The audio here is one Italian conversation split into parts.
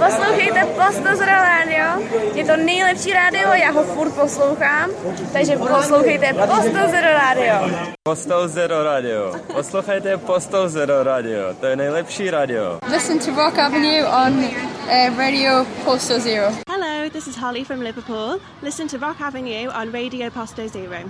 Poslouchejte Postozero rádio, je to nejlepší rádio, já ho furt poslouchám, takže poslouchejte Postozero rádio. Postozero rádio, poslouchejte Postozero rádio, to je nejlepší rádio. Listen to Rock Avenue on Radio Postozero. Hello, this is Holly from Liverpool. Listen to Rock Avenue on Radio Postozero.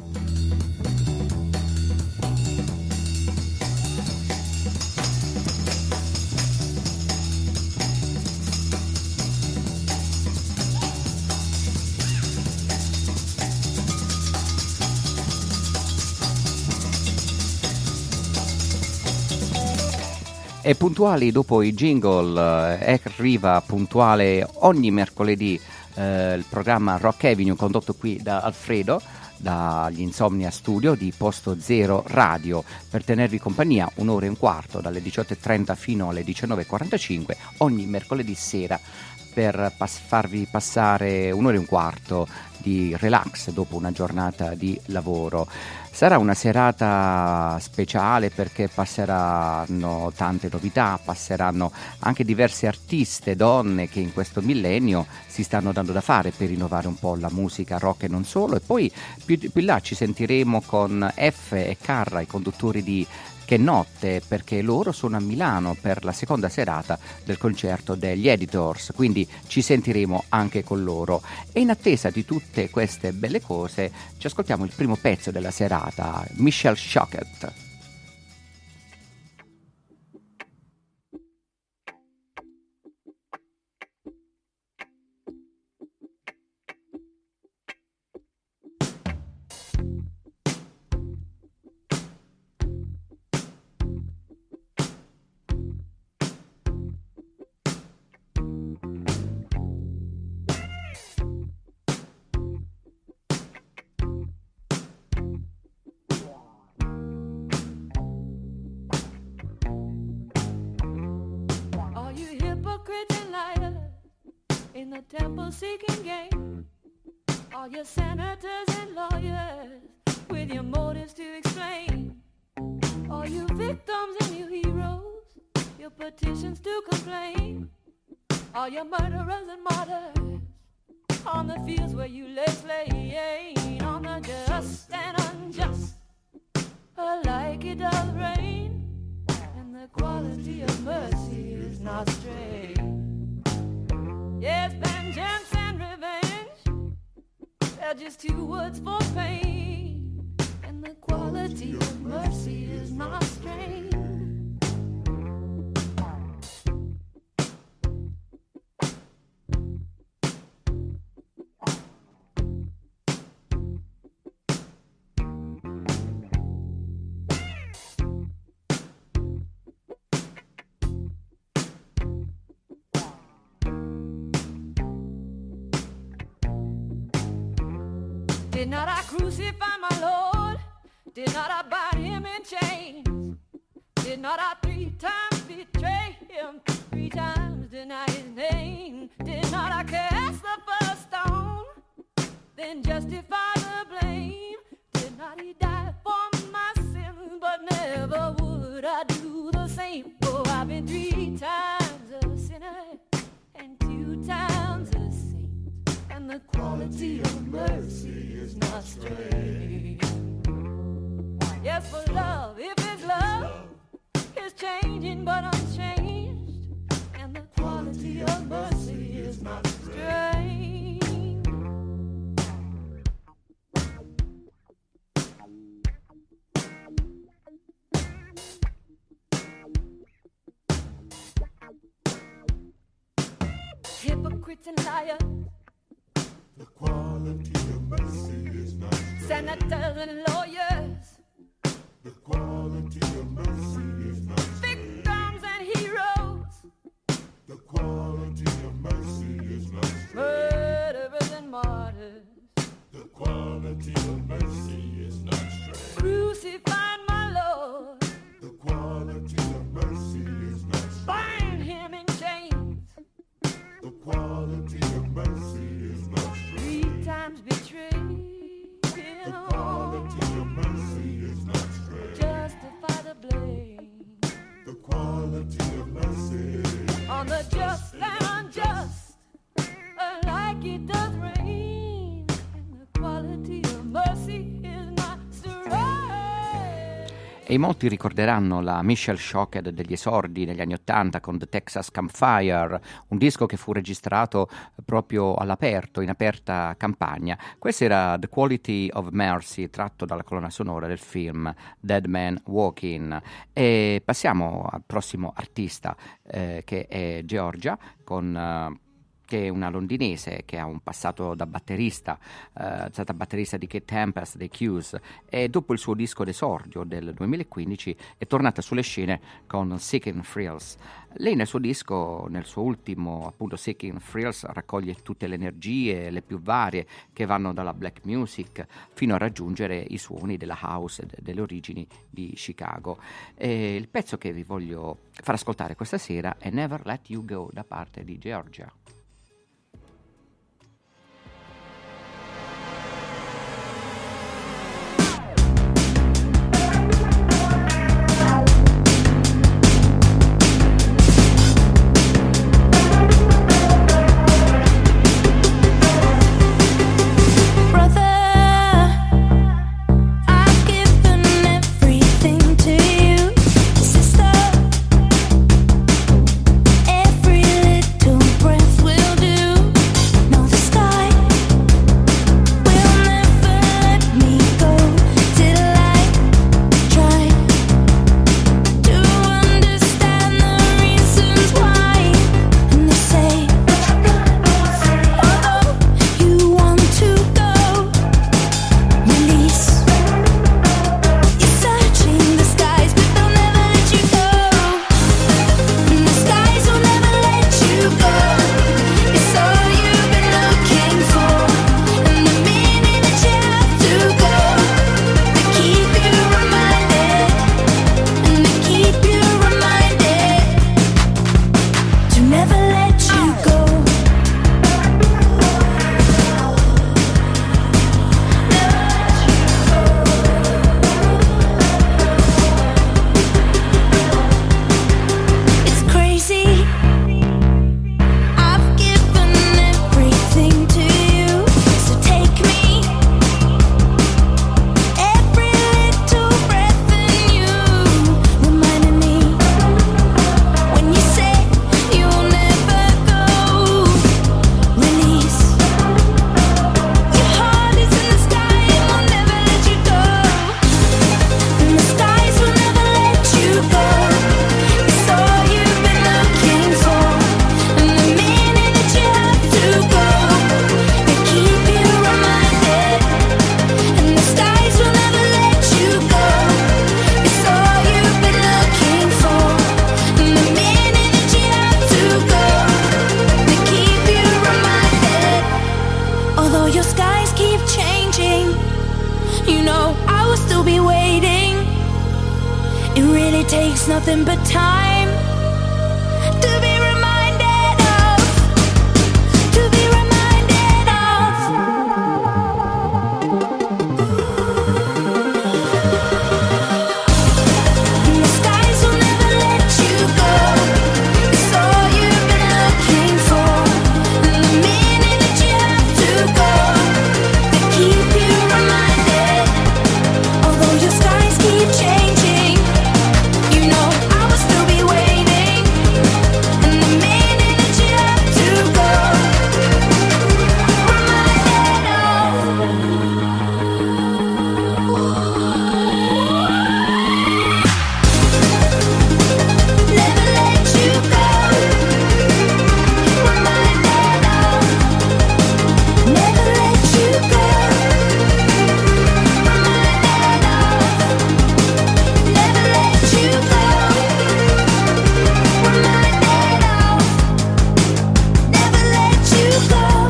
E puntuali dopo i jingle arriva puntuale ogni mercoledì il programma Rock Avenue condotto qui da Alfredo dagli Insomnia Studio di Posto Zero Radio per tenervi compagnia un'ora e un quarto dalle 18.30 fino alle 19.45 ogni mercoledì sera per farvi passare un'ora e un quarto di relax dopo una giornata di lavoro. Sarà una serata speciale perché passeranno tante novità, passeranno anche diverse artiste, donne che in questo millennio si stanno dando da fare per rinnovare un po' la musica rock e non solo, e poi più in là ci sentiremo con F e Carra, i conduttori di Che Notte, perché loro sono a Milano per la seconda serata del concerto degli Editors, quindi ci sentiremo anche con loro. E in attesa di tutte queste belle cose ci ascoltiamo il primo pezzo della serata, Michelle Shockett. Temple-seeking game, all your senators and lawyers with your motives to explain, all you victims and you heroes, your petitions to complain, all your murderers and martyrs on the fields where you lay slain, on the just and unjust alike it does rain, and the quality of mercy is not strange. Yes, vengeance and revenge, they're just two words for pain, and the quality of mercy is not strange. Did not I crucify my Lord? Did not I bind him in chains? Did not I 3 times betray him? 3 times deny his name? Did not I cast the first stone? Then justify the blame? Did not he die for my sins? But never would I do the same. Oh, I've been 3 times a sinner and 2 times a saint, and the quality of mercy is not strange. Yes, for love, if it's love, it's changing but unchanged, and the quality of mercy is not strange. Hypocrites and liars, the quality of mercy is not strange. Senators and lawyers, the quality of mercy is not strange. Victims and heroes, the quality of mercy is not strange. Murderers and martyrs, the quality of mercy is not strange. Crucified my Lord, the quality of mercy is not strange. Bind him in chains, the quality of mercy is not strange. 3 times betrayed, the quality of mercy is not strange. justify the blame. e molti ricorderanno la Michelle Shocked degli esordi negli anni '80 con The Texas Campfire, un disco che fu registrato proprio all'aperto, in aperta campagna. Questo era The Quality of Mercy, tratto dalla colonna sonora del film Dead Man Walking. E passiamo al prossimo artista, che è Georgia, che è una londinese che ha un passato da batterista, è stata batterista di Kate Tempest, dei Q's, e dopo il suo disco d'esordio del 2015 è tornata sulle scene con Seeking Thrills. Lei nel suo disco, nel suo ultimo appunto Seeking Thrills, raccoglie tutte le energie, le più varie, che vanno dalla black music fino a raggiungere i suoni della house, delle origini di Chicago. E il pezzo che vi voglio far ascoltare questa sera è Never Let You Go da parte di Georgia. Nothing but time to be reminded of, to be reminded of. And the skies will never let you go. It's all you've been looking for. And the minute that you have to go, they keep you reminded. Although your skies keep changing, you know I will still be waiting. And the minute that you have to go, reminded of. Never let you go, reminded of. Never let you go, reminded of. Never let you go, reminded of. Never let you go.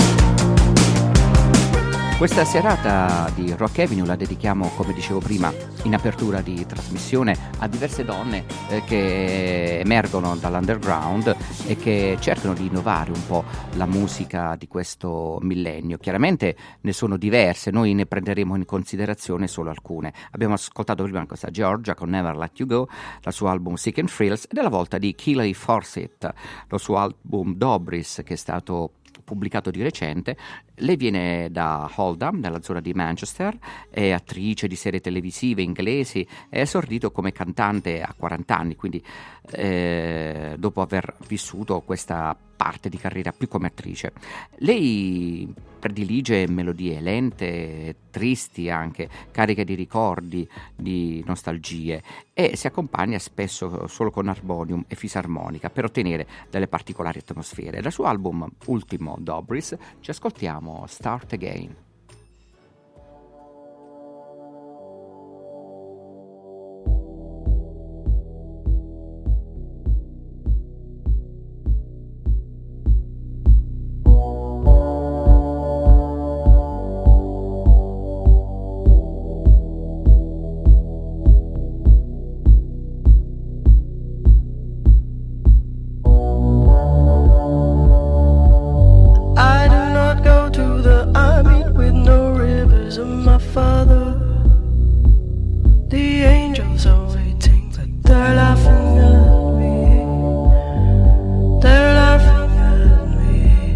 Questa serata di Rock Avenue la dedichiamo, come dicevo prima, in apertura di trasmissione, a diverse donne che emergono dall'underground e che cercano di innovare un po' la musica di questo millennio. Chiaramente ne sono diverse, noi ne prenderemo in considerazione solo alcune. Abbiamo ascoltato prima questa Georgia con Never Let You Go, dal suo album Seeking Thrills, e della volta di Keely Fawcett, lo suo album Dobris, che è stato pubblicato di recente. Lei viene da Oldham, nella zona di Manchester, è attrice di serie televisive inglesi, è esordito come cantante a 40 anni, quindi dopo aver vissuto questa parte di carriera più come attrice. Lei predilige melodie lente, tristi anche, cariche di ricordi, di nostalgie, e si accompagna spesso solo con armonium e fisarmonica per ottenere delle particolari atmosfere. Dal suo album ultimo, Dobris, ci ascoltiamo Start Again. I do not go to the army with no rivers of my father. The angels are waiting, but they're laughing at me. They're laughing at me.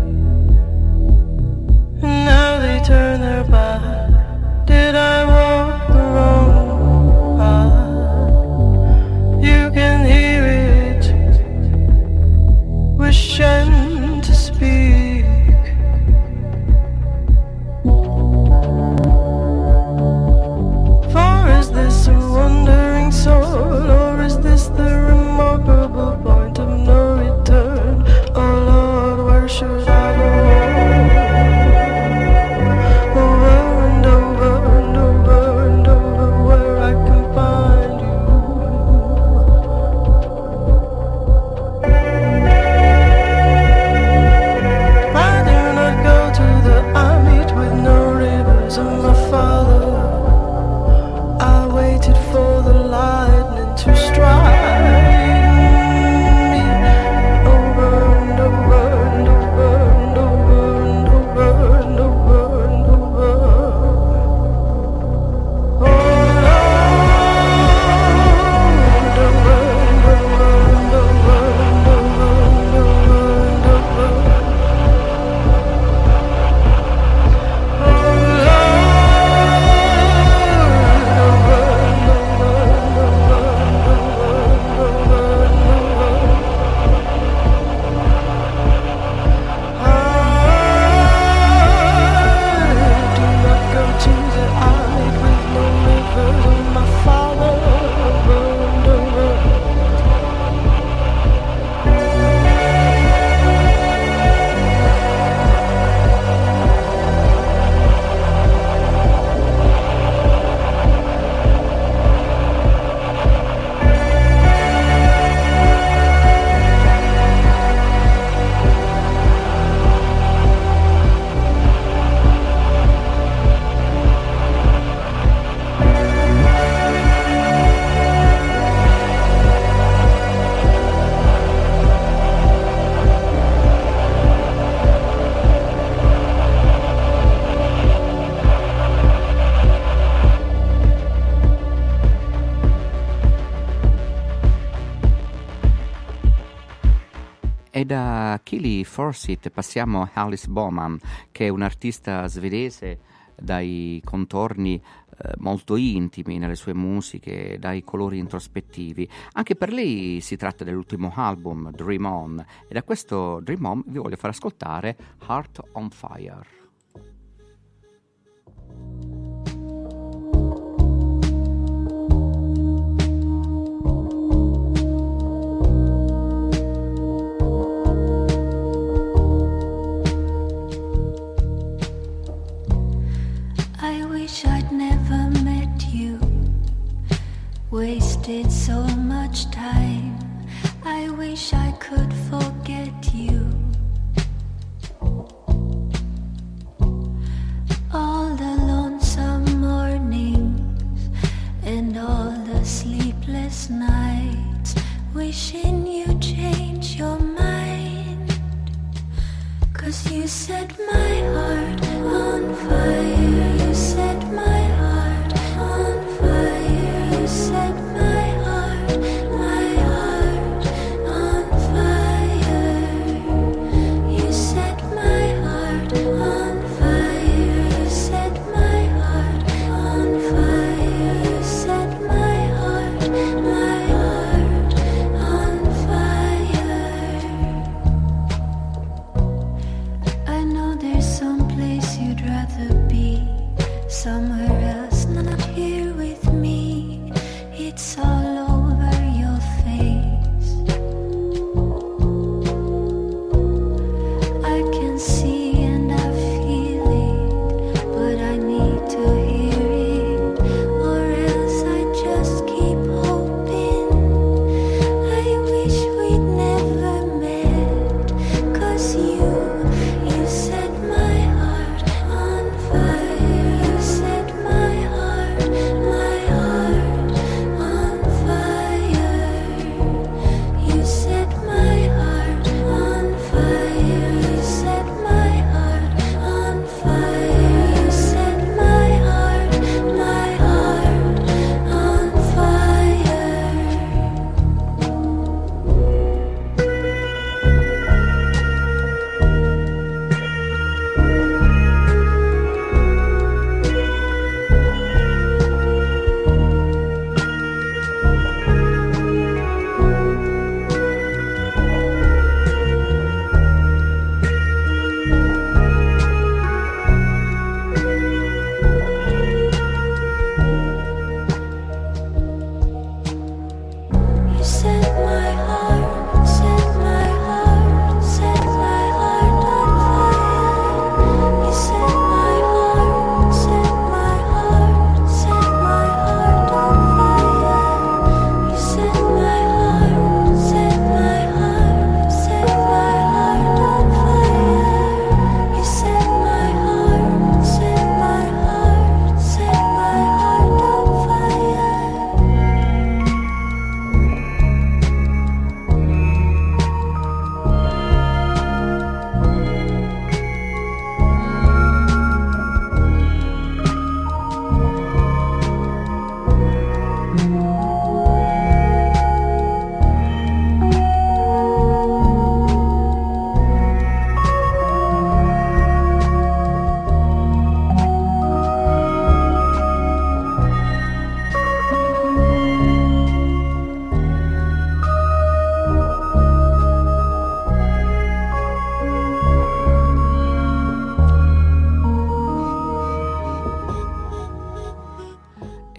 And now they turn their back. Did I walk the wrong path? You can hear it wishing to speak. For is this a wandering soul, or is this the remarkable point of no return? Oh Lord, where should I go? Over and over and over and over, where I can find you. I do not go to the army with no rivers of my father. I waited for the lightning to strike me over and over and over and over and over and over and over. Oh Lord, over and over and over and over and over and over. E da Kili Forsyth passiamo a Alice Bowman, che è un'artista svedese dai contorni molto intimi nelle sue musiche, dai colori introspettivi. Anche per lei si tratta dell'ultimo album, Dream On, e da questo Dream On vi voglio far ascoltare Heart on Fire. I wish I'd never met you, wasted so much time. I wish I could forget you. All the lonesome mornings and all the sleepless nights, wishing you change your mind. 'Cause you set my heart on fire. You set my heart on fire. You set my heart on fire. You set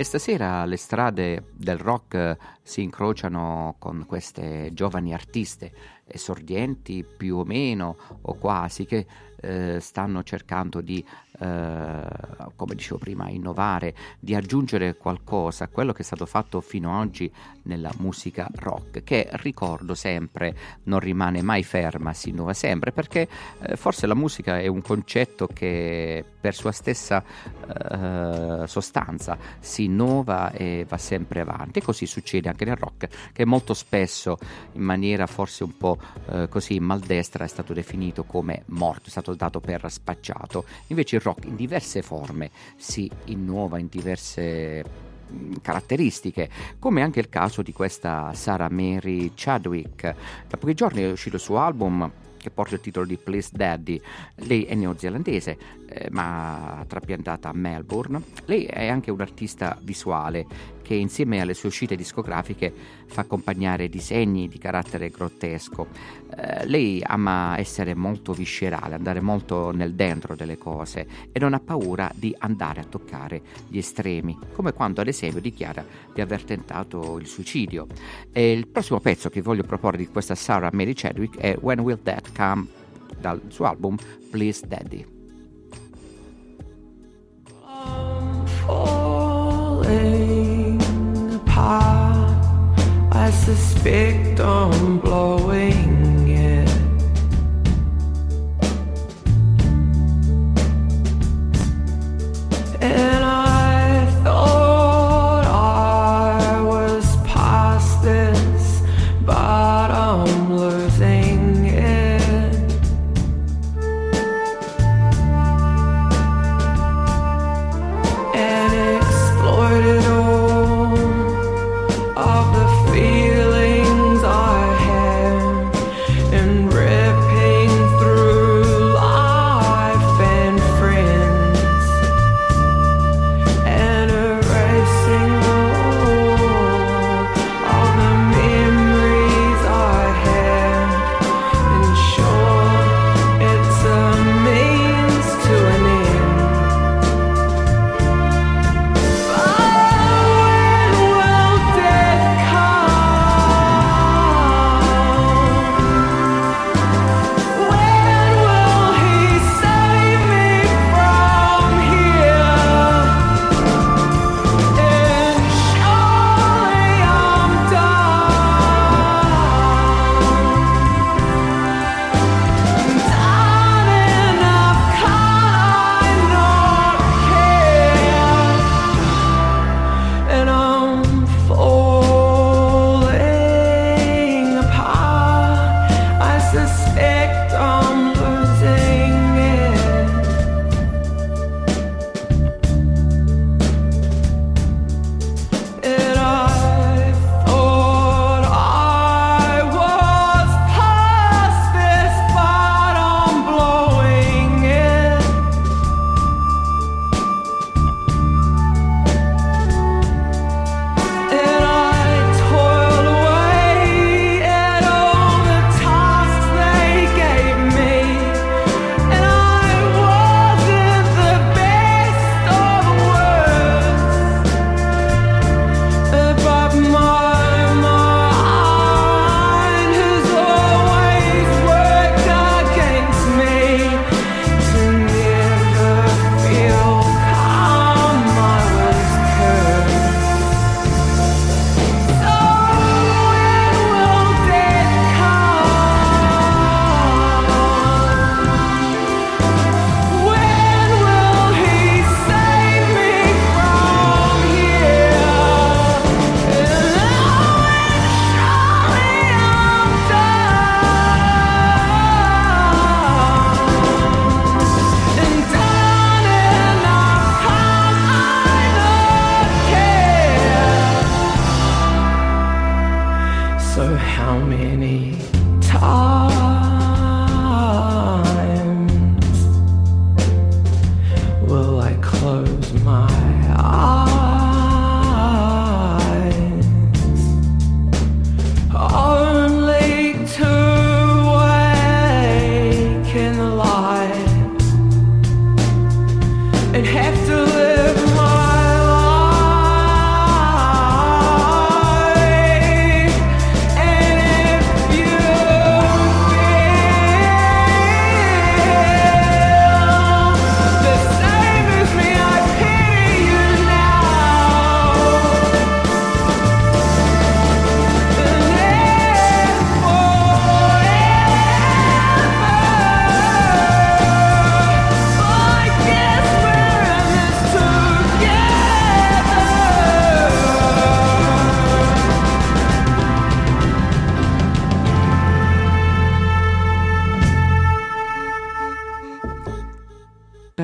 stasera le strade del rock si incrociano con queste giovani artiste esordienti più o meno o quasi, che stanno cercando di, come dicevo prima, innovare, di aggiungere qualcosa a quello che è stato fatto fino ad oggi nella musica rock, che ricordo sempre non rimane mai ferma, si innova sempre, perché forse la musica è un concetto che per sua stessa sostanza si innova e va sempre avanti, e così succede anche nel rock, che molto spesso in maniera forse un po' così maldestra è stato definito come morto, è stato dato per spacciato. Invece il rock in diverse forme si innova, in diverse caratteristiche, come anche il caso di questa Sarah Mary Chadwick. Da pochi giorni è uscito il suo album che porta il titolo di Please Daddy. Lei è neozelandese, ma trapiantata a Melbourne. Lei è anche un'artista visuale che insieme alle sue uscite discografiche fa accompagnare disegni di carattere grottesco. Lei ama essere molto viscerale, andare molto nel dentro delle cose e non ha paura di andare a toccare gli estremi, come quando ad esempio dichiara di aver tentato il suicidio. E il prossimo pezzo che voglio proporre di questa Sarah Mary Chadwick è When Will That Come, dal suo album Please Daddy. Falling apart, I suspect I'm blowing it. And I thought I was past this, but I'm losing it. And exploited all of the feelings I had.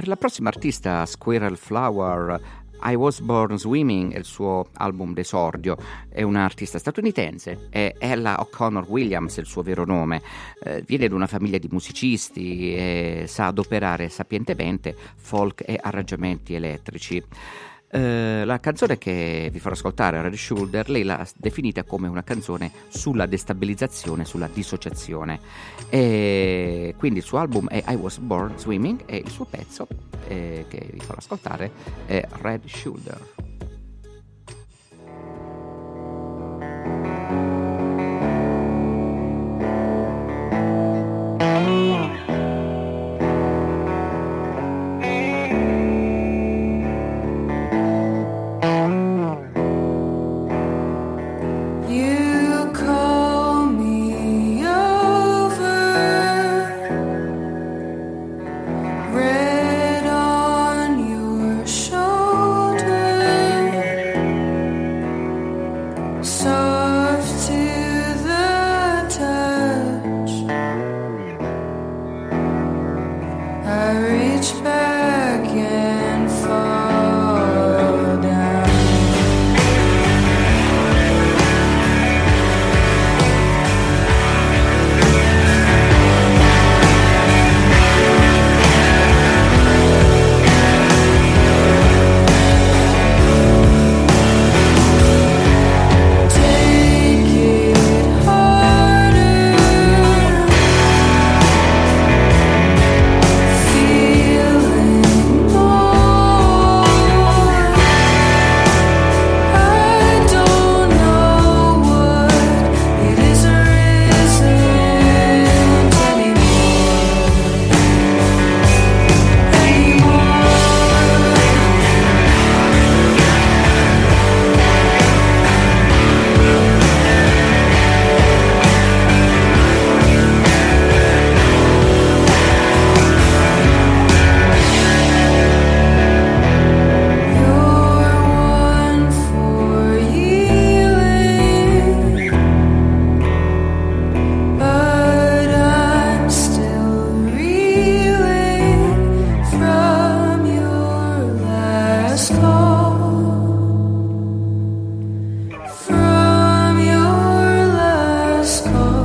Per la prossima artista, Squirrel Flower, I Was Born Swimming è il suo album d'esordio. È un'artista statunitense, è Ella O'Connor Williams il suo vero nome. Viene da una famiglia di musicisti e sa adoperare sapientemente folk e arrangiamenti elettrici. La canzone che vi farò ascoltare, Red Shoulder, lei l'ha definita come una canzone sulla destabilizzazione, sulla dissociazione, e quindi il suo album è I Was Born Swimming e il suo pezzo che vi farò ascoltare è Red Shoulder. You call me over, red on your shoulder, soft to the touch. I reach back and fall down. Take it harder, feeling more. I don't know what it is or isn't anymore. You're one for healing, but I'm still reeling from your last call. From your last call.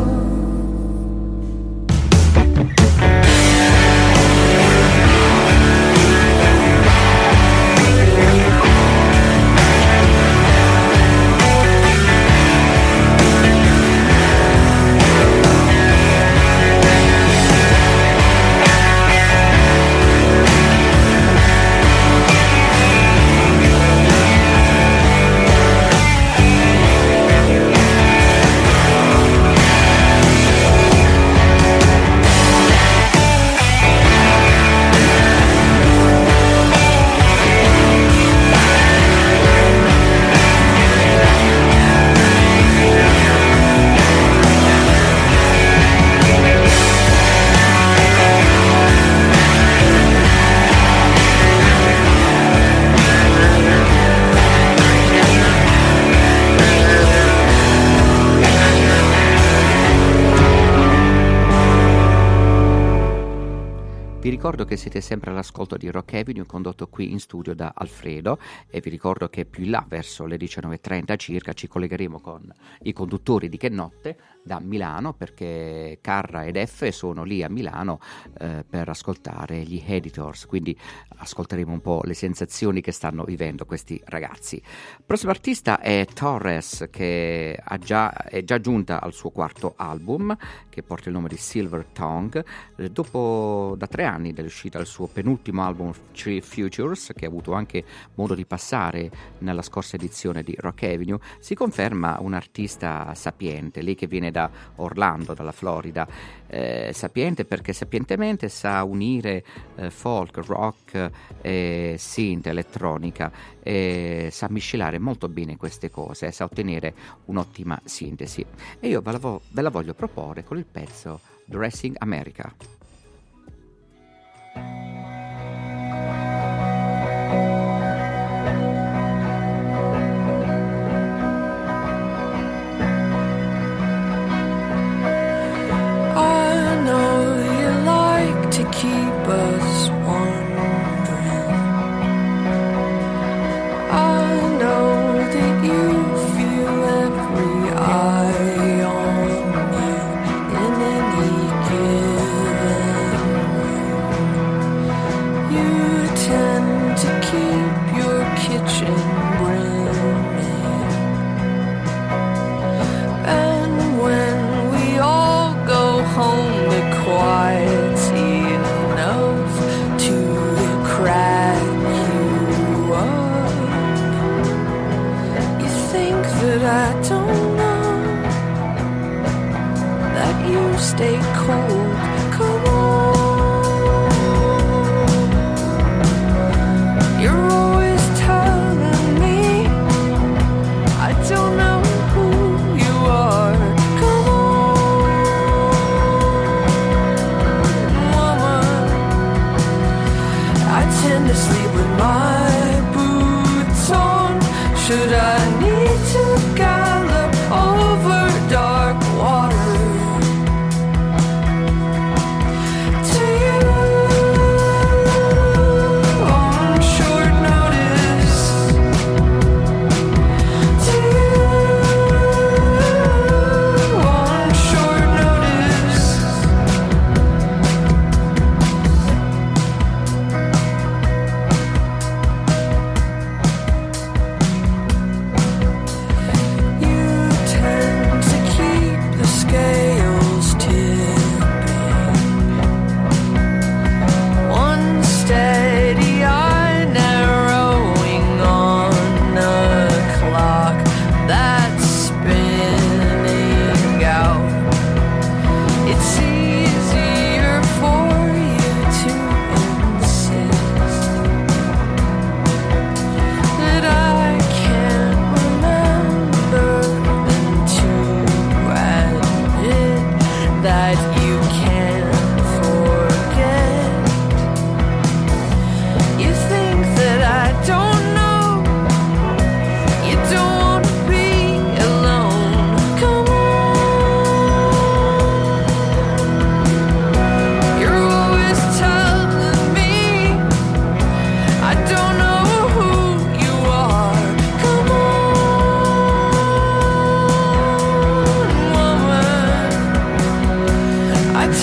Vi ricordo che siete sempre all'ascolto di Rock Avenue, condotto qui in studio da Alfredo, e vi ricordo che più in là, verso le 19:30 circa, ci collegheremo con i conduttori di Che Notte da Milano, perché Carra ed F sono lì a Milano per ascoltare gli Editors, quindi ascolteremo un po' le sensazioni che stanno vivendo questi ragazzi. Il prossimo artista è Torres, che è già giunta al suo quarto album, che porta il nome di Silver Tongue, dopo da 3 anni dall'uscita del suo penultimo album Three Futures, che ha avuto anche modo di passare nella scorsa edizione di Rock Avenue. Si conferma un artista sapiente, lei che viene da Orlando, dalla Florida, sapiente perché sapientemente sa unire folk, rock, synth, elettronica, sa miscelare molto bene queste cose, sa ottenere un'ottima sintesi, e io ve la voglio proporre con il pezzo Dressing America. I know you like to keep us warm.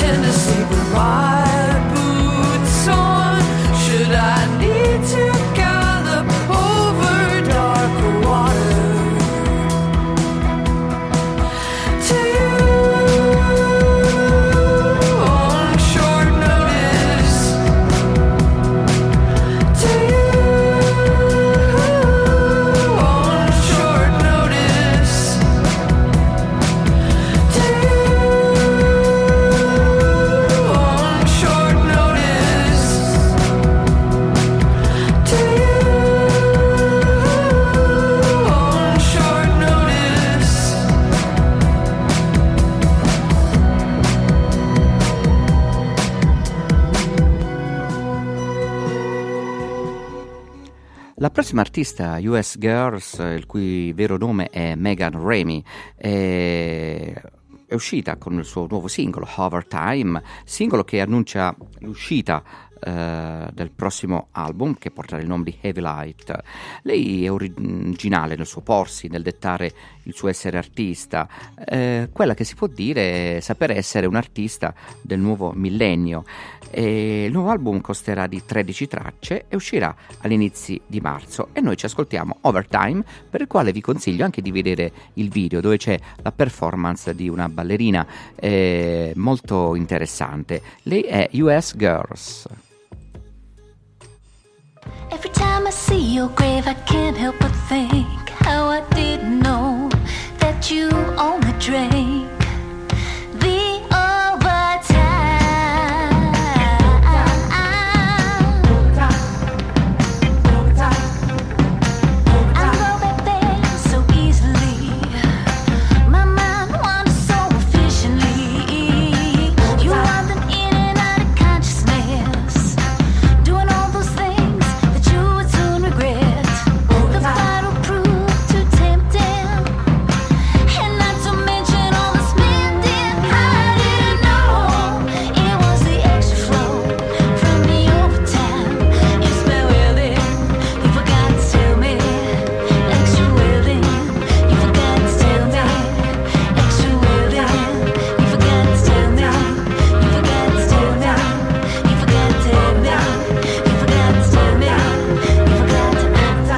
Tennessee, with my boots on. Should I need to gallop over darker water to you on short notice? To you on short notice? To you on short notice? To you on short notice? La prossima artista, US Girls, il cui vero nome è Megan Ramey, è uscita con il suo nuovo singolo, Overtime, singolo che annuncia l'uscita del prossimo album, che porterà il nome di Heavy Light. Lei è originale nel suo porsi, nel dettare il suo essere artista, quella che si può dire saper essere un artista del nuovo millennio. Il nuovo album consterà di 13 tracce e uscirà all'inizio di marzo, e noi ci ascoltiamo Overtime, per il quale vi consiglio anche di vedere il video, dove c'è la performance di una ballerina molto interessante. Lei è US Girls. Every time I see your grave, I can't help but think how I didn't know that you only drank the overtime. I know that there so easily. My mind wanders so efficiently. You wandering in and out of consciousness, doing all those things that you would soon regret. The fight will prove too tempting, and not to mention all the spending. I didn't know it was the extra flow from the overtime. You smell well then, you forgot to tell me. Extra well then, you forgot to tell me. Extra well then, you forgot to tell me. You forgot to tell me. You forgot to tell me. You forgot to tell me. You forgot to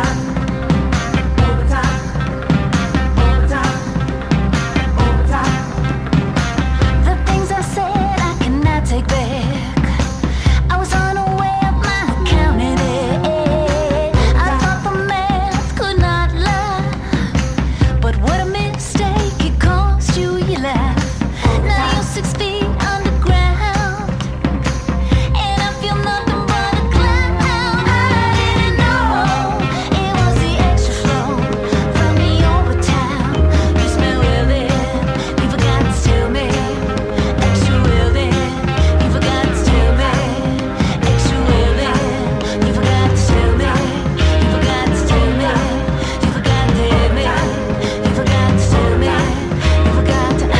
the things I said I cannot take back. I was unaware of my accounting error. I thought the math could not lie, but what a mistake it cost you your life. Now you're 6 feet underground, and I feel nothing but a cloud. I didn't know it was the extra flow from the overtime. You smell well then, you forgot to tell me. Extra well then, you forgot to tell me. Extra well then, you forgot to tell me. You forgot to tell me. You forgot to tell me. You forgot to tell me. You forgot to.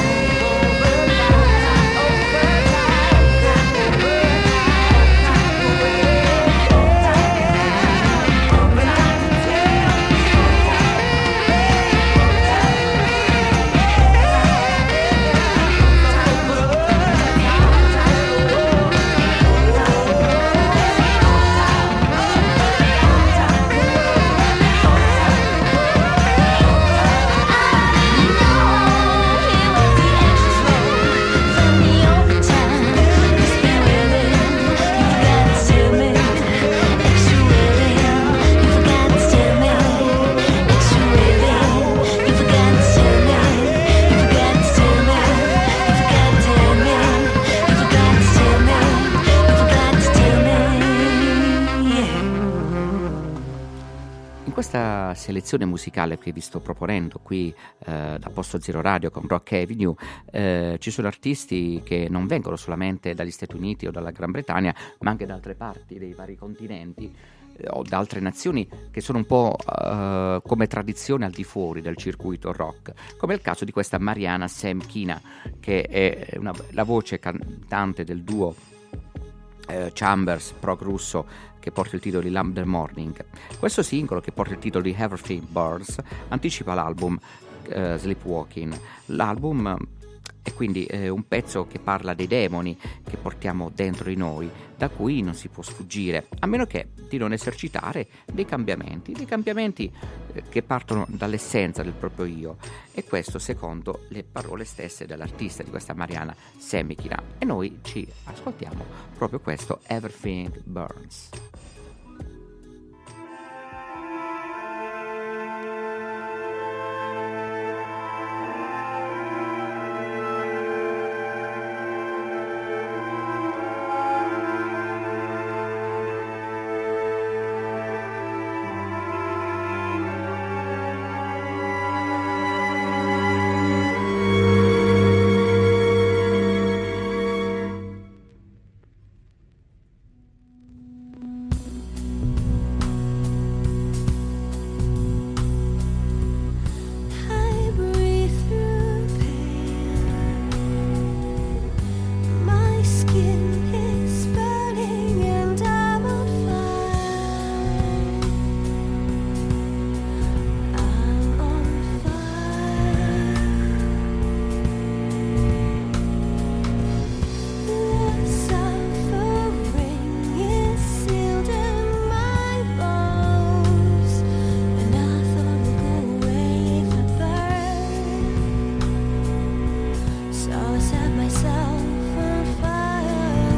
In questa selezione musicale che vi sto proponendo qui da Posto Zero Radio con Rock Avenue, ci sono artisti che non vengono solamente dagli Stati Uniti o dalla Gran Bretagna, ma anche da altre parti dei vari continenti o da altre nazioni, che sono un po' come tradizione al di fuori del circuito rock, come il caso di questa Mariana Semkina, che è la voce cantante del duo Chambers prog russo, che porta il titolo di Lamb the Morning. Questo singolo, che porta il titolo di Everything Burns, anticipa l'album Sleepwalking. L'album e quindi un pezzo che parla dei demoni che portiamo dentro di noi, da cui non si può sfuggire, a meno che di non esercitare dei cambiamenti che partono dall'essenza del proprio io, e questo secondo le parole stesse dell'artista, di questa Mariana Semikina, e noi ci ascoltiamo proprio questo Everything Burns. I breathe through pain. My skin is burning and I'm on fire. I'm on fire. The suffering is sealed in my bones, and I thought we'd go away if it burned. So I set myself on fire.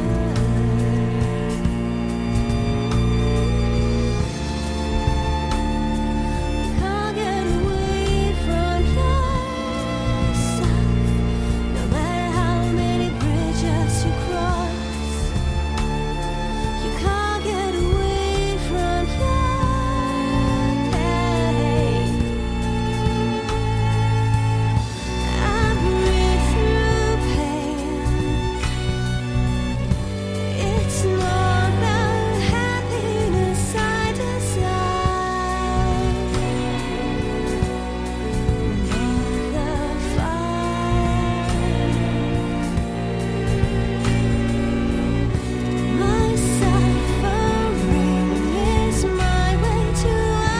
You can't get away from yourself, no matter how many bridges you cross. You can't get away from your pain. I breathe through pain. It's not about happiness I desire. The fire. My suffering is my way to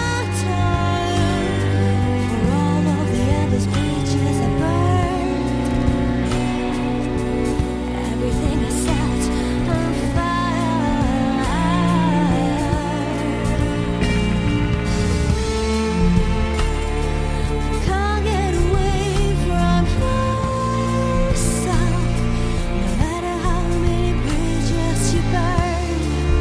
atone for all of the endless bridges I burned. Everything I set on fire. You can't get away from yourself, no matter how many bridges you burn.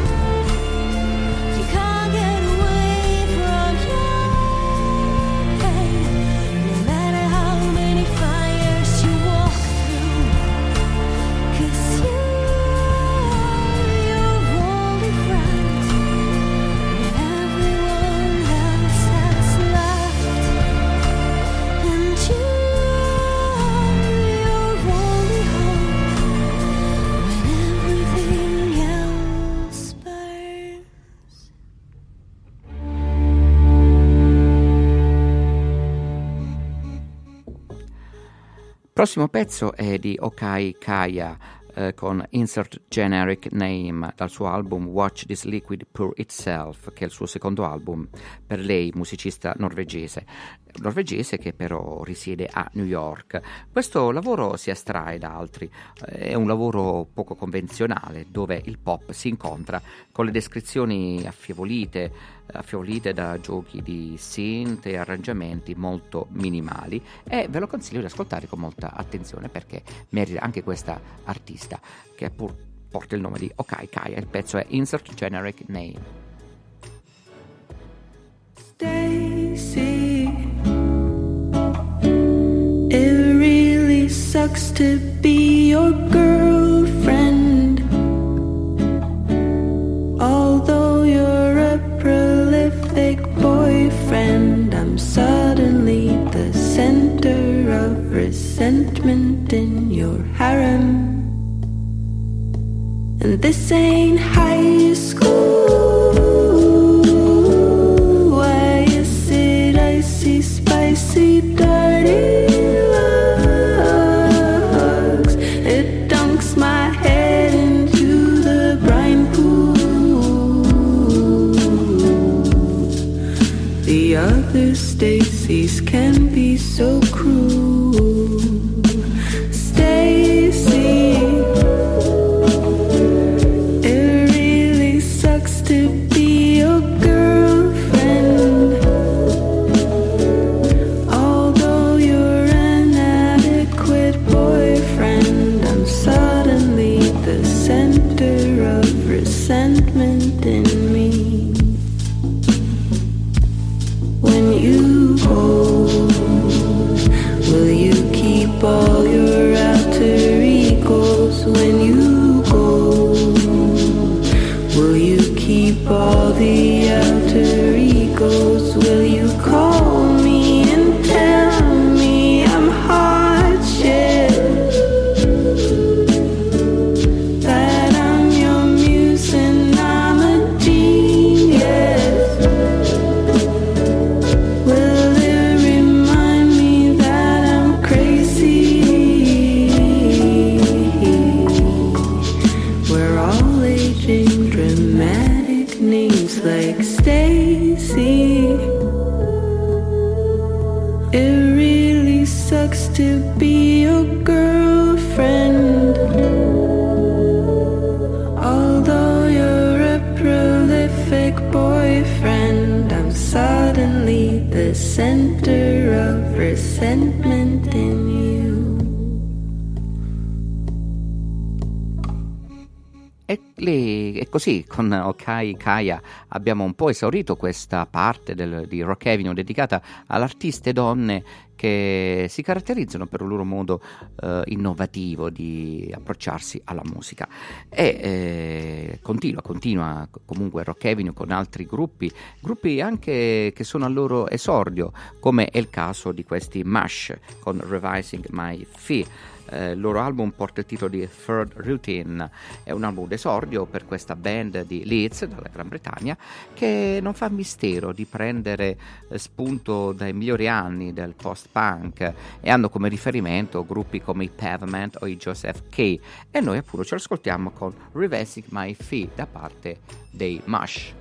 You can't get away from your pain, no matter how many fires you walk through. 'Cause you're your only friend when everyone else has left. And you're your only hope when everything else burns. Prossimo pezzo è di Okai Kaya con Insert Generic Name dal suo album Watch This Liquid Pour Itself, che è il suo secondo album per lei, musicista norvegese che però risiede a New York. Questo lavoro si astrae da altri, è un lavoro poco convenzionale dove il pop si incontra con le descrizioni affievolite da giochi di synth e arrangiamenti molto minimali, e ve lo consiglio di ascoltare con molta attenzione perché merita anche questa artista che pur porta il nome di Okai Kaya. Il pezzo è Insert Generic Name. Stacy, it really sucks to be your girlfriend. Although you're a prolific boyfriend, I'm suddenly the center of resentment in your harem. And this ain't high school. Why is it icy, spicy, dirty looks? It dunks my head into the brine pool. The other Stacys can be so cruel. see. It really sucks to be your girlfriend. Although you're a prolific boyfriend, I'm suddenly the center of resentment in you. E così con Ok Kaya abbiamo un po' esaurito questa parte di Rock Avenue dedicata alle artiste donne che si caratterizzano per il loro modo innovativo di approcciarsi alla musica. E continua comunque Rock Avenue con altri gruppi anche che sono al loro esordio, come è il caso di questi Mash con Revising My Fee. Il loro album porta il titolo di Third Routine, è un album d'esordio per questa band di Leeds, dalla Gran Bretagna, che non fa mistero di prendere spunto dai migliori anni del post-punk e hanno come riferimento gruppi come i Pavement o i Joseph K, e noi appunto ce lo ascoltiamo con Revising My Fee da parte dei Mush.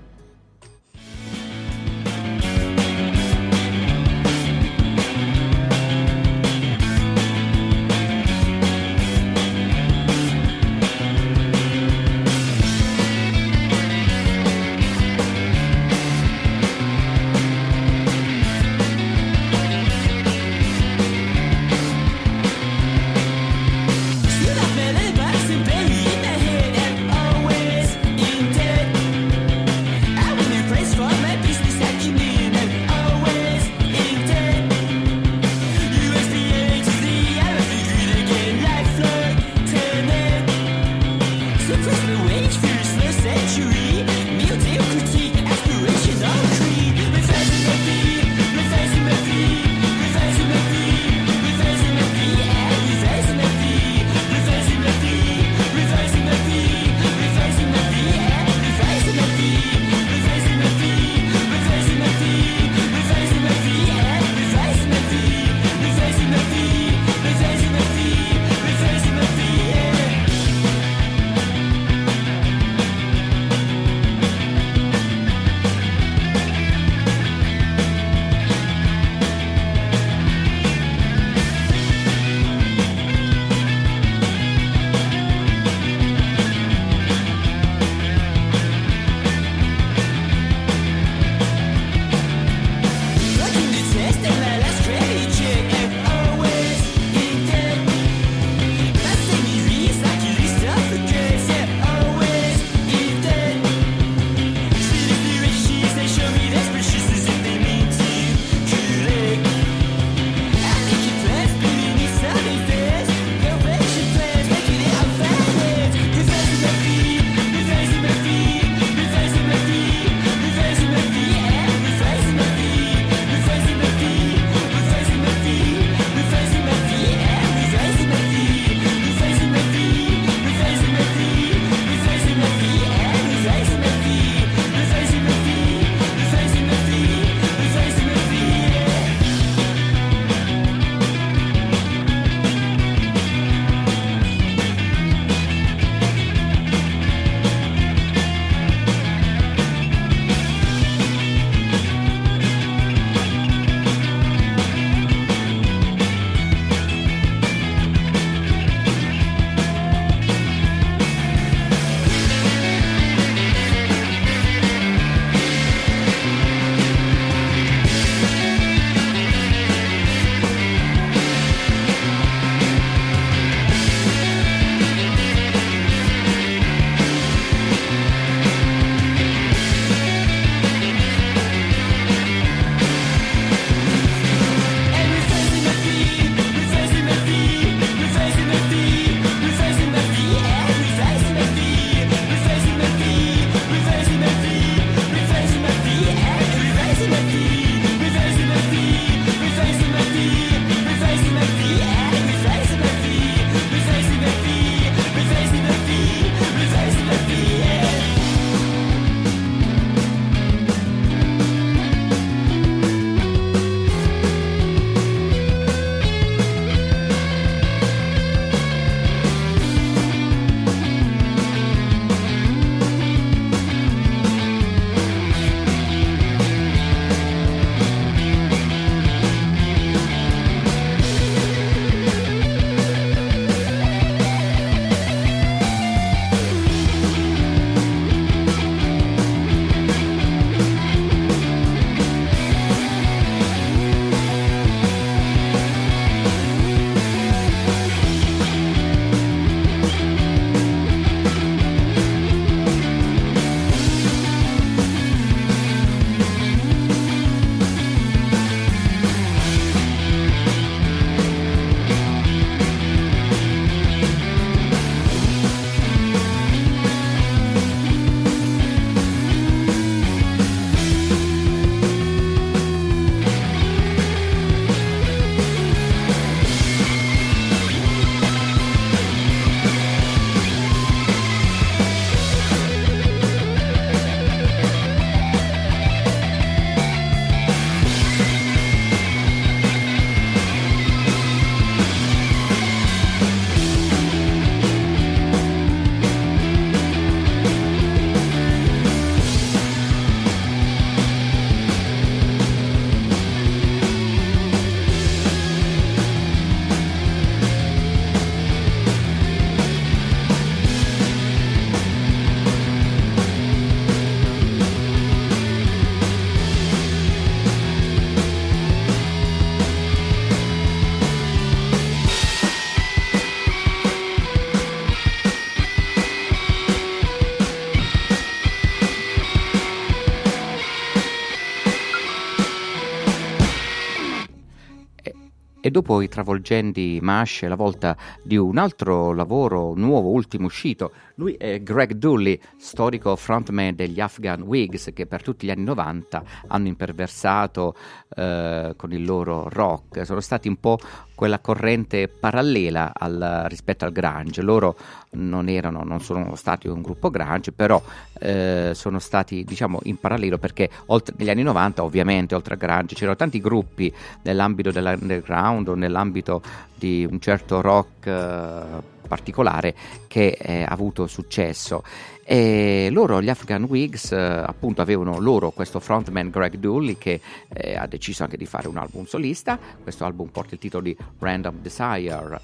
dopo i travolgenti Mash, la volta di un altro lavoro nuovo, ultimo uscito. Lui è Greg Dulli, storico frontman degli Afghan Whigs, che per tutti gli anni 90 hanno imperversato con il loro rock. Sono stati un po' quella corrente parallela rispetto al grunge. Loro non sono stati un gruppo grunge, però sono stati, diciamo, in parallelo, perché negli anni 90 ovviamente oltre al grunge c'erano tanti gruppi nell'ambito dell'underground o nell'ambito di un certo rock particolare che ha avuto successo. E loro, gli Afghan Whigs, appunto avevano loro questo frontman Greg Dulli, che ha deciso anche di fare un album solista. Questo album porta il titolo di Random Desire,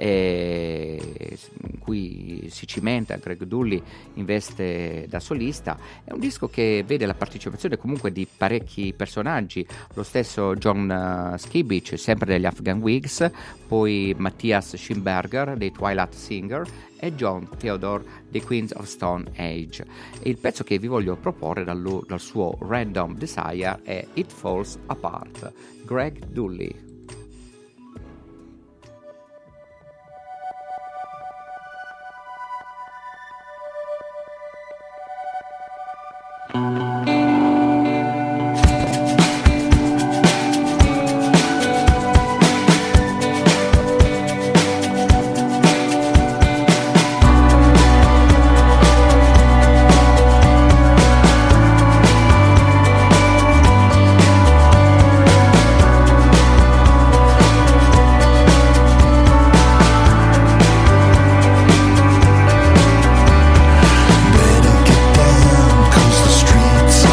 in cui si cimenta Greg Dulli in veste da solista. È un disco che vede la partecipazione comunque di parecchi personaggi, lo stesso John Skibic, sempre degli Afghan Whigs, poi Matthias Schimberger dei Twilight Singer e John Theodore dei Queens of Stone Age. E il pezzo che vi voglio proporre dal suo Random Desire è It Falls Apart, Greg Dulli. Better get down, 'cause the streets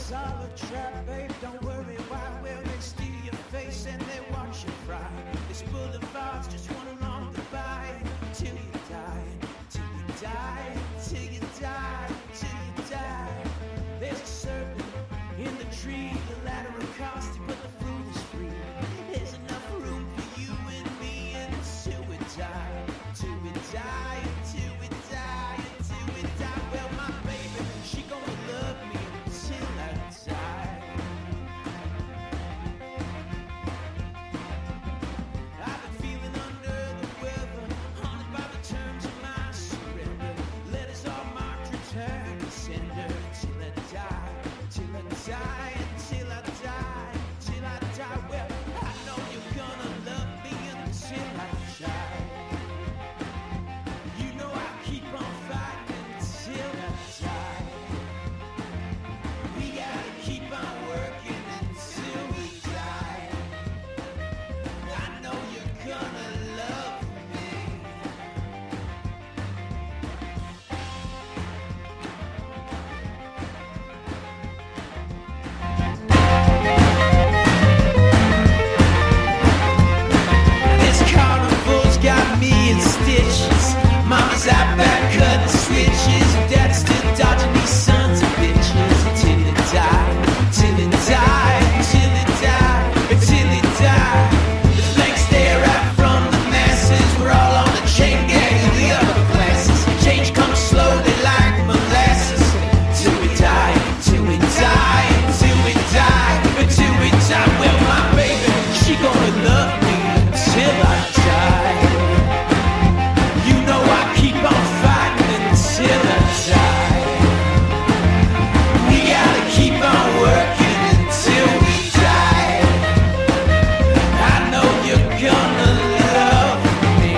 It's all a trap, babe, don't worry why. Well, they steal your face and they watch you fry. This boulevard's just one long goodbye. Till you die, till you die, till you die, till you die. There's a serpent in the tree, the ladder of cost, but the fruit is free. There's enough room for you and me until we die, till we die, until we die, until we die. Well, my baby, she gonna love me until I die. I've been feeling under the weather, haunted by the terms of my surrender. Letters all marked return to sender till I die, till I die, until I die, till I die. Well, I know you're gonna love me until I die. You know I keep on fighting until I die. We gotta keep on working until we die. I know you're gonna love me. This carnival's got me in stitches. Mama's out back cutting switches. Dad's still dodging these sons of bitches. Until you die, till you die, till you die, until you die. The flanks stare out from the masses. We're all on the chain gang of the upper classes. Change comes slowly like molasses. Till we die, till we die, till we die, until we die. Well, my baby, she gonna love me until I die. You know I keep on fighting until I die. We gotta keep on working until we die. I know you're gonna love me.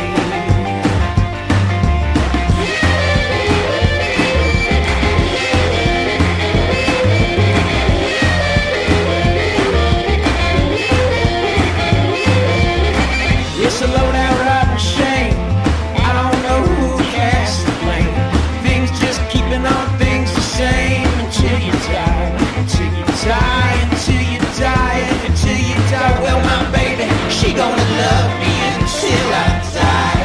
It's a low-down rotten shame. I don't know who cast the blame. Things just keeping on things the same until you die, until you die, until you die, until you die. Well, my baby, she gonna love me until I die.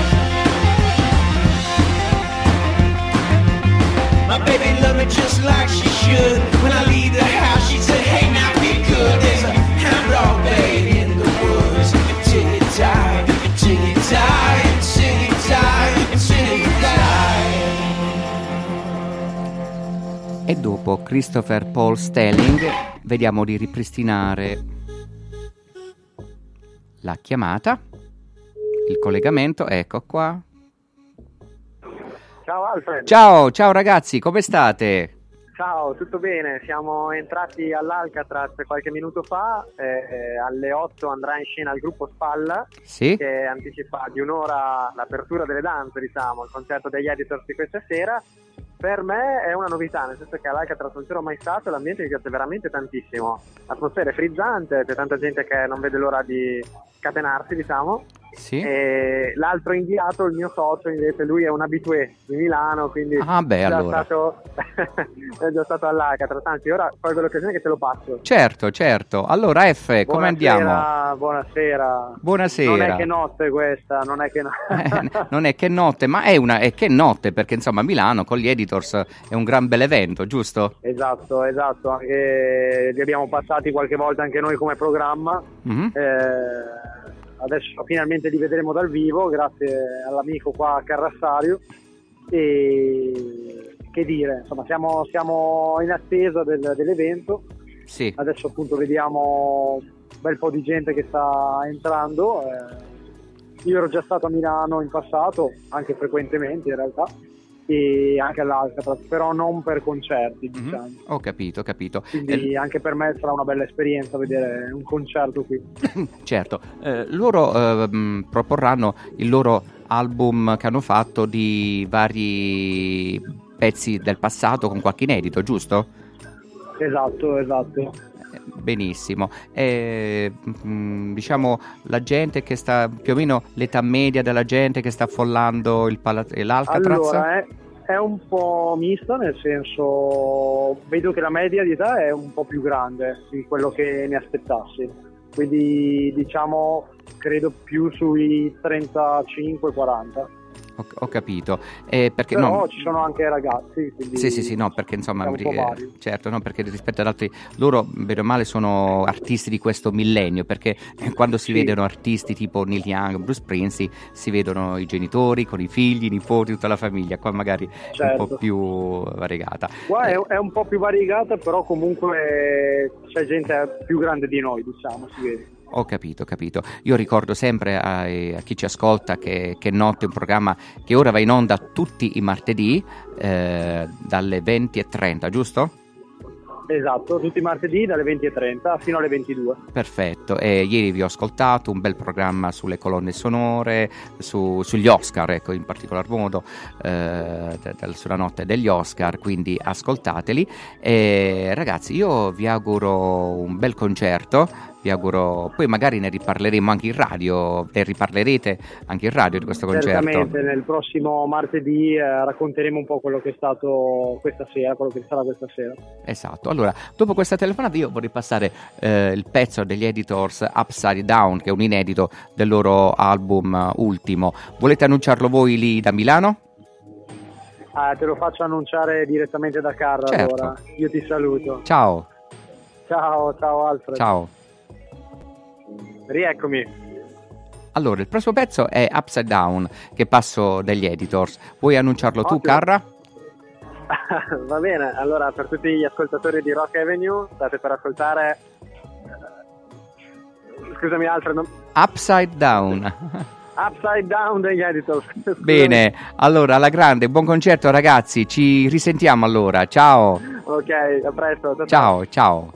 My baby love me just like she should. When I leave the house, she said, hey, now be good. There's a hound dog, baby, in the woods. Until you die, until you die, until you die, until you die. E dopo Christopher Paul Stelling vediamo di ripristinare la chiamata, il collegamento, ecco qua. Ciao Alfred. Ciao ragazzi, come state? Ciao, tutto bene? Siamo entrati all'Alcatraz qualche minuto fa, alle 8 andrà in scena il gruppo Spalla, Sì? che anticipa di un'ora l'apertura delle danze, diciamo, il concerto degli Editors di questa sera. Per me è una novità, nel senso che all'Alcatraz non c'ero mai stato e l'ambiente mi piace veramente tantissimo. L'atmosfera è frizzante, c'è tanta gente che non vede l'ora di scatenarsi, diciamo. Sì? E l'altro inviato, il mio socio, invece lui è un habitué di Milano, quindi Ah, beh, è già allora. stato è già stato all'Alcatraz, anzi ora colgo l'occasione che te lo passo. Certo. Allora F, come andiamo? Buonasera. Buonasera. Non è che notte questa, non è che Non è che notte, ma è che notte, perché insomma Milano con gli Editors è un gran bel evento, giusto? Esatto, anche li abbiamo passati qualche volta anche noi come programma. Mhm. Adesso finalmente li vedremo dal vivo grazie all'amico qua a Carrassario e che dire, insomma siamo in attesa dell'evento. Sì. Adesso appunto vediamo un bel po' di gente che sta entrando. Io ero già stato a Milano in passato, anche frequentemente in realtà, e anche all'Alcatraz, però non per concerti, diciamo. Ho capito. Quindi anche per me sarà una bella esperienza vedere un concerto qui. Certo, loro proporranno il loro album che hanno fatto di vari pezzi del passato con qualche inedito, giusto? Esatto. Benissimo. Diciamo la gente che sta, più o meno l'età media della gente che sta affollando l'Alcatraz? Allora, è un po' misto, nel senso vedo che la media di età è un po' più grande di quello che ne aspettassi, quindi diciamo credo più sui 35-40. Ho capito. Perché Però no, ci sono anche ragazzi, quindi sì, no, perché insomma, è un po' vario. certo, no, perché rispetto ad altri, loro bene o male sono artisti di questo millennio, perché quando si vedono artisti tipo Neil Young, Bruce Springsteen, si vedono i genitori con i figli, i nipoti, tutta la famiglia. Qua magari è un po' più variegata. Qua è un po' più variegata, però comunque c'è gente più grande di noi, diciamo, si vede. Ho capito. Io ricordo sempre a chi ci ascolta che Notte è un programma che ora va in onda tutti i martedì dalle 20:30, giusto? Esatto, tutti i martedì dalle 20:30 fino alle 22. Perfetto, e ieri vi ho ascoltato un bel programma sulle colonne sonore, sugli Oscar, ecco, in particolar modo sulla notte degli Oscar, quindi ascoltateli. E ragazzi, io vi auguro un bel concerto. Vi auguro, poi magari ne riparleremo anche in radio, ne riparlerete anche in radio di questo concerto. Certamente, nel prossimo martedì racconteremo un po' quello che è stato questa sera, quello che sarà questa sera. Esatto, allora, dopo questa telefonata io vorrei passare il pezzo degli Editors Upside Down, che è un inedito del loro album ultimo. Volete annunciarlo voi lì da Milano? Te lo faccio annunciare direttamente da Carra, certo. Allora. Io ti saluto. Ciao Alfred. Ciao. Rieccomi. Allora, il prossimo pezzo è Upside Down, che passo dagli Editors. Vuoi annunciarlo tu, Carra? Va bene, allora per tutti gli ascoltatori di Rock Avenue state per ascoltare scusami Alfred Upside Down. Upside Down degli Editors. Bene, allora alla grande, buon concerto ragazzi, ci risentiamo allora, ciao. Ok, a presto. Ciao.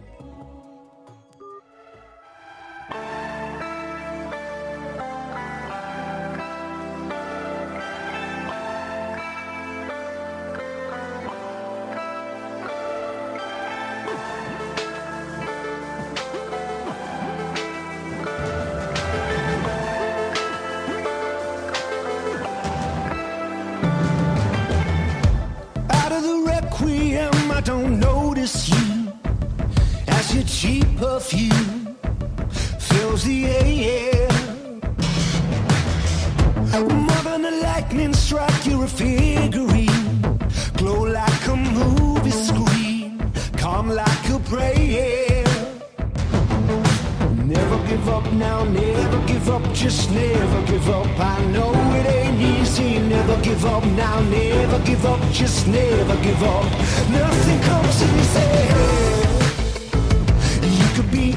I don't notice you as your cheap perfume fills the air. More than a lightning strike, you're a figurine, glow like a movie screen, calm like a prayer. Never give up now, never give up, just never give up. I know it ain't easy, never give up now, never give up, just never give up. Nothing comes easy. You could be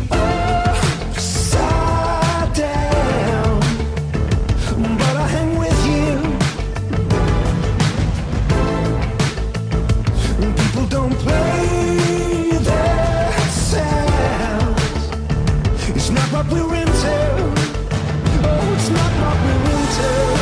upside down, but I hang with you. People don't play their sound. It's not what we're into. Oh, it's not what we're into.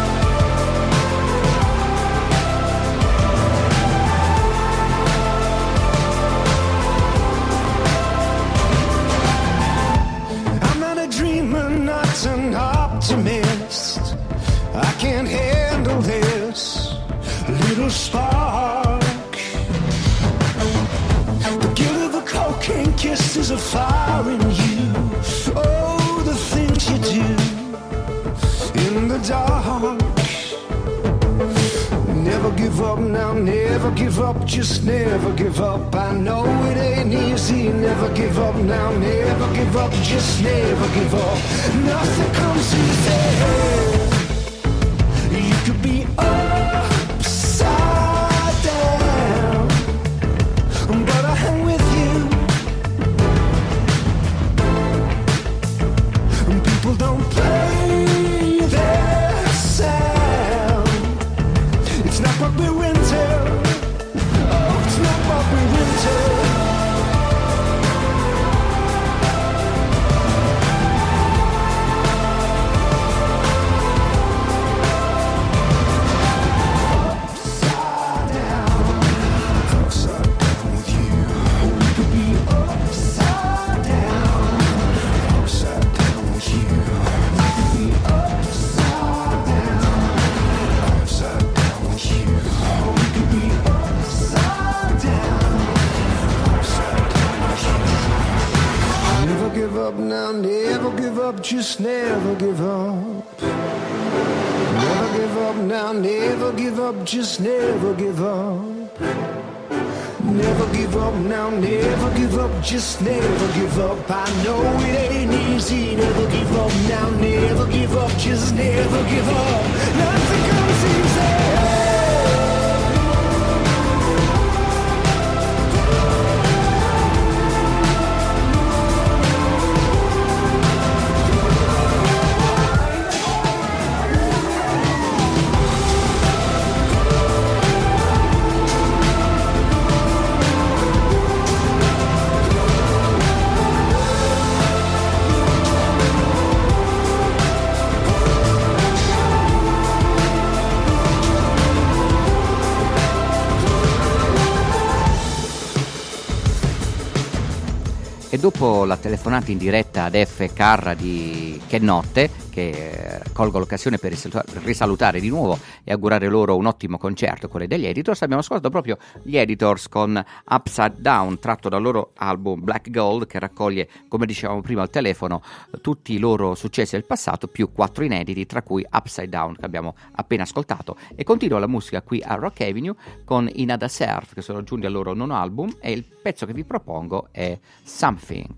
I'm not a dreamer, not an optimist. I can't handle this little spark. The guilt of a cocaine kiss is a fire in you. Oh, the things you do in the dark. Never give up now, never give up, just never give up. I know it ain't easy, never give up now, never give up, just never give up. Nothing comes easy. You could be upside down, but I hang with you. People don't play their sound. It's not what we're into. Oh, it's not what we're into. Upside down with you. up now, never give up, just never give up. Never give up now, never give up, just never give up. Never give up now, never give up, just never give up. I know it ain't easy, never give up now, never give up, just never give up. Nothing comes easy. E dopo la telefonata in diretta ad F. Carra di Che Notte, che colgo l'occasione per risalutare di nuovo e augurare loro un ottimo concerto, quelli degli Editors, abbiamo ascoltato proprio gli Editors con Upside Down, tratto dal loro album Black Gold, che raccoglie, come dicevamo prima al telefono, tutti i loro successi del passato, più 4 inediti, tra cui Upside Down, che abbiamo appena ascoltato. E continua la musica qui a Rock Avenue con i Nada Surf, che sono giunti al loro nono album, e il pezzo che vi propongo è Something.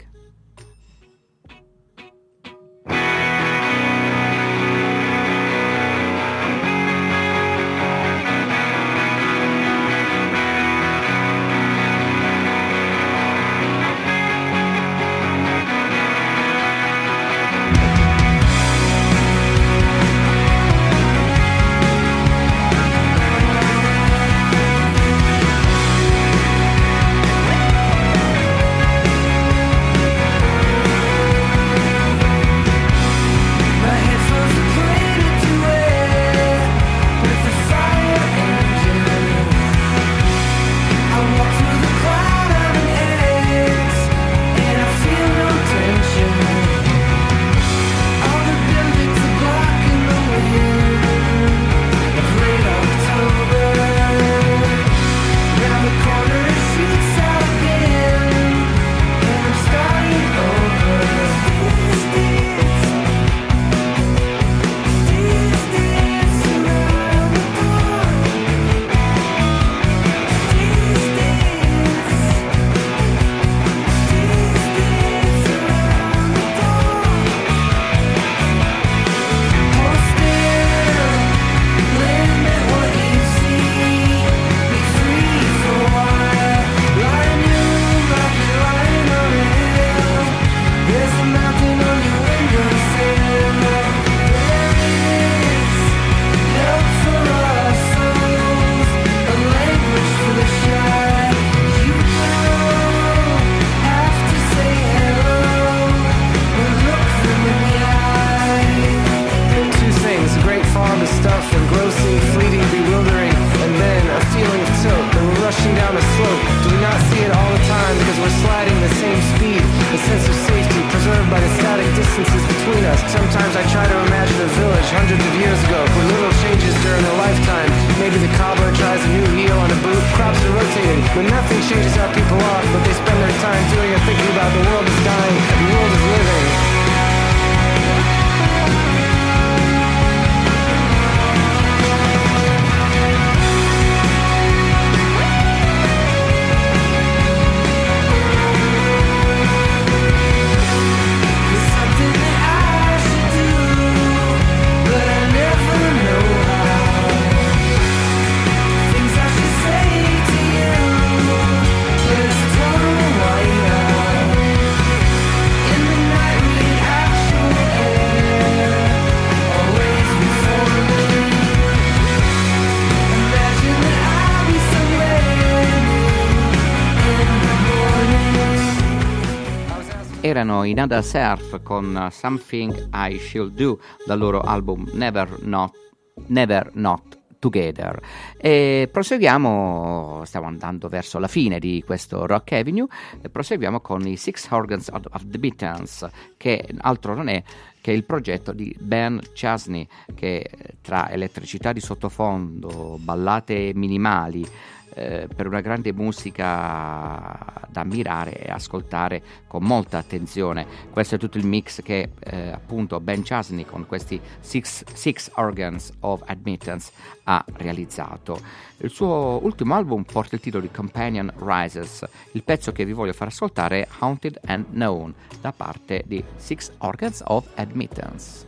Erano i Nada Surf con Something I Should Do dal loro album Never Not Together. E proseguiamo, stiamo andando verso la fine di questo Rock Avenue, e proseguiamo con i Six Organs of the Beatles, che altro non è che il progetto di Ben Chesney, che tra elettricità di sottofondo, ballate minimali, per una grande musica da ammirare e ascoltare con molta attenzione. Questo è tutto il mix che appunto Ben Chesney con questi Six Organs of Admittance ha realizzato. Il suo ultimo album porta il titolo di Companion Rises. Il pezzo che vi voglio far ascoltare è Haunted and Known da parte di Six Organs of Admittance.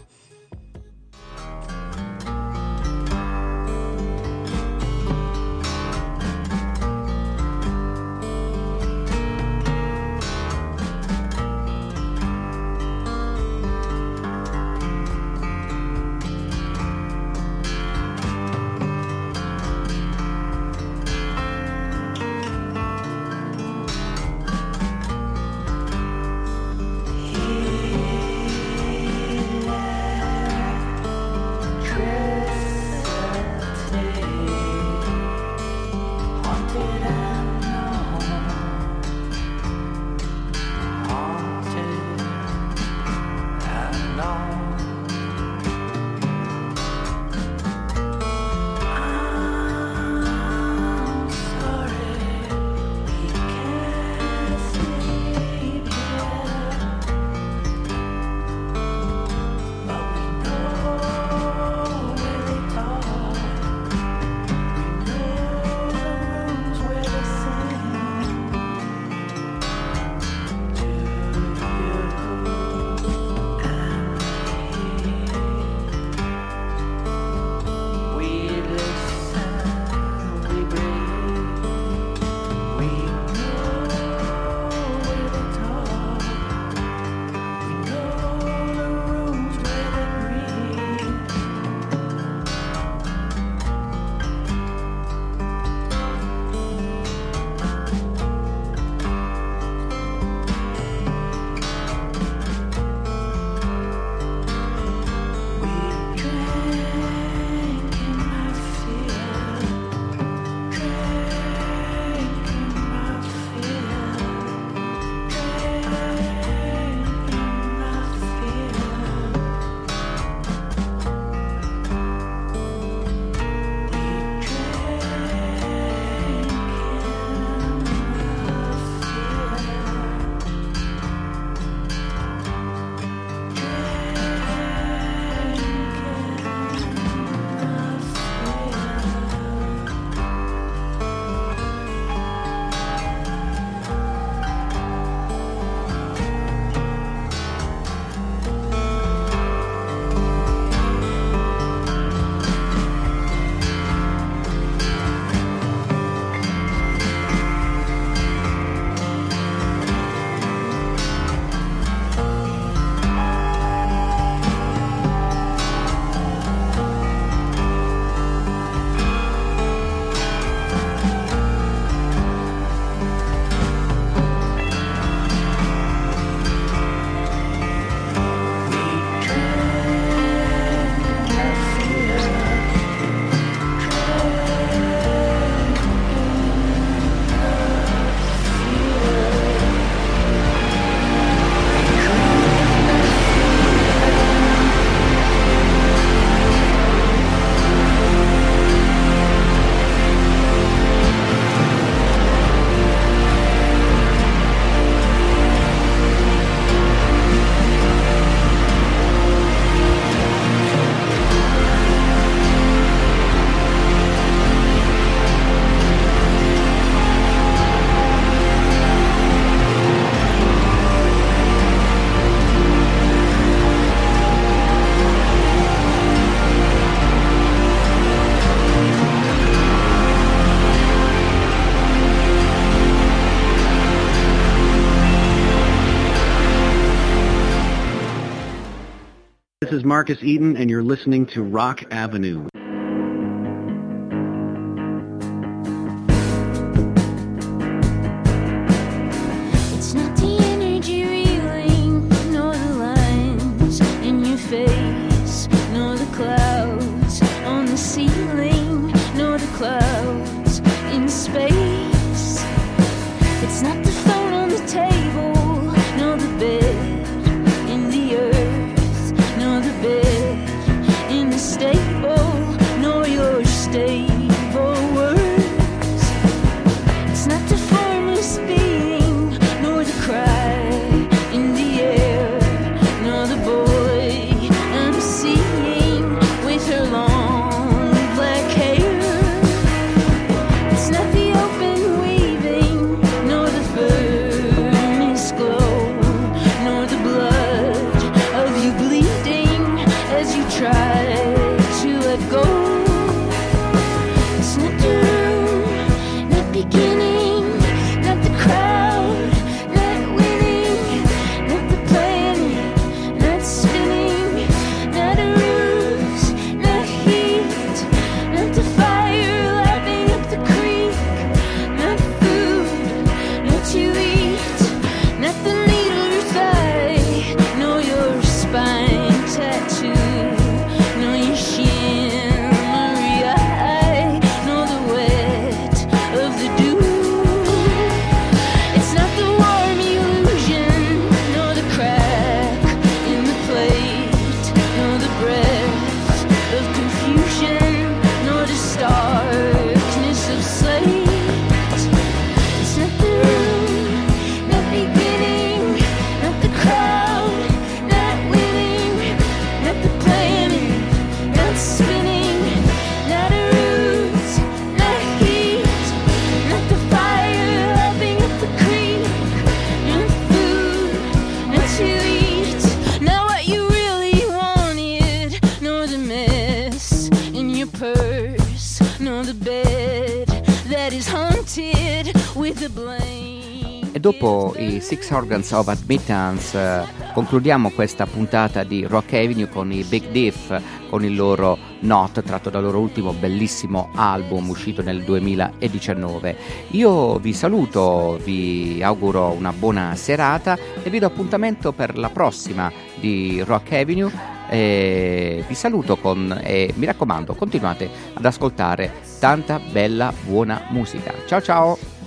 This is Marcus Eden, and you're listening to Rock Avenue. It's not the energy reeling, nor the lines in your face, nor the clouds on the ceiling, nor the clouds in space. It's not the phone on the table, nor the bed in the earth, nor the bed in the stable. E dopo i Six Organs of Admittance concludiamo questa puntata di Rock Avenue con i Big Diff, con il loro Not, tratto dal loro ultimo bellissimo album uscito nel 2019. Io vi saluto, vi auguro una buona serata e vi do appuntamento per la prossima di Rock Avenue. Vi saluto e mi raccomando, continuate ad ascoltare tanta bella buona musica. Ciao ciao!